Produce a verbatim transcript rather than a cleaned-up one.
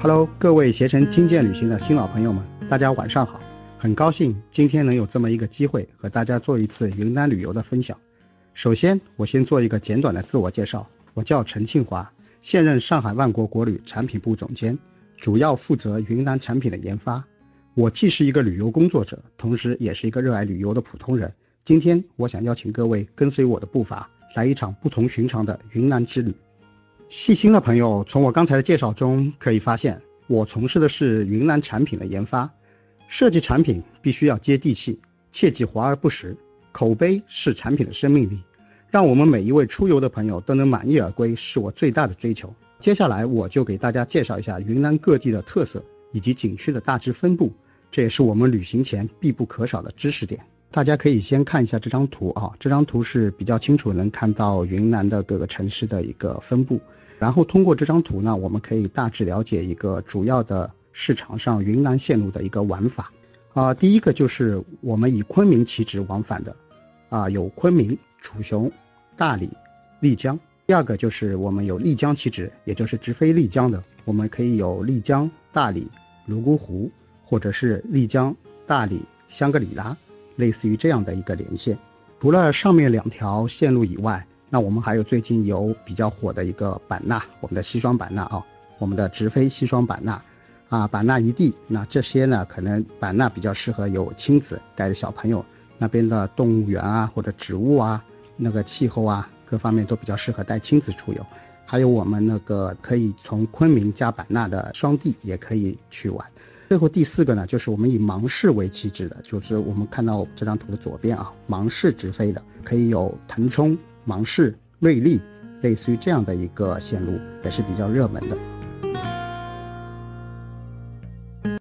Hello， 各位携程听见旅行的新老朋友们，大家晚上好！很高兴今天能有这么一个机会和大家做一次云南旅游的分享。首先，我先做一个简短的自我介绍，我叫陈庆华，现任上海万国国旅产品部总监，主要负责云南产品的研发。我既是一个旅游工作者，同时也是一个热爱旅游的普通人。今天我想邀请各位跟随我的步伐，来一场不同寻常的云南之旅。细心的朋友从我刚才的介绍中可以发现，我从事的是云南产品的研发。设计产品必须要接地气，切忌华而不实，口碑是产品的生命力，让我们每一位出游的朋友都能满意而归，是我最大的追求。接下来我就给大家介绍一下云南各地的特色以及景区的大致分布，这也是我们旅行前必不可少的知识点。大家可以先看一下这张图啊，这张图是比较清楚能看到云南的各个城市的一个分布。然后通过这张图呢，我们可以大致了解一个主要的市场上云南线路的一个玩法。啊、呃，第一个就是我们以昆明起止往返的，啊、呃，有昆明、楚雄、大理、丽江。第二个就是我们有丽江起止，也就是直飞丽江的，我们可以有丽江、大理、泸沽湖，或者是丽江、大理、香格里拉，类似于这样的一个连线。除了上面两条线路以外，那我们还有最近有比较火的一个版纳，我们的西双版纳啊，我们的直飞西双版纳啊，版纳一地。那这些呢，可能版纳比较适合有亲子带着小朋友，那边的动物园啊，或者植物啊，那个气候啊，各方面都比较适合带亲子出游。还有我们那个可以从昆明加版纳的双地也可以去玩。最后第四个呢，就是我们以芒市为起止的，就是我们看到这张图的左边啊，芒市直飞的，可以有腾冲、芒市、瑞丽，类似于这样的一个线路，也是比较热门的。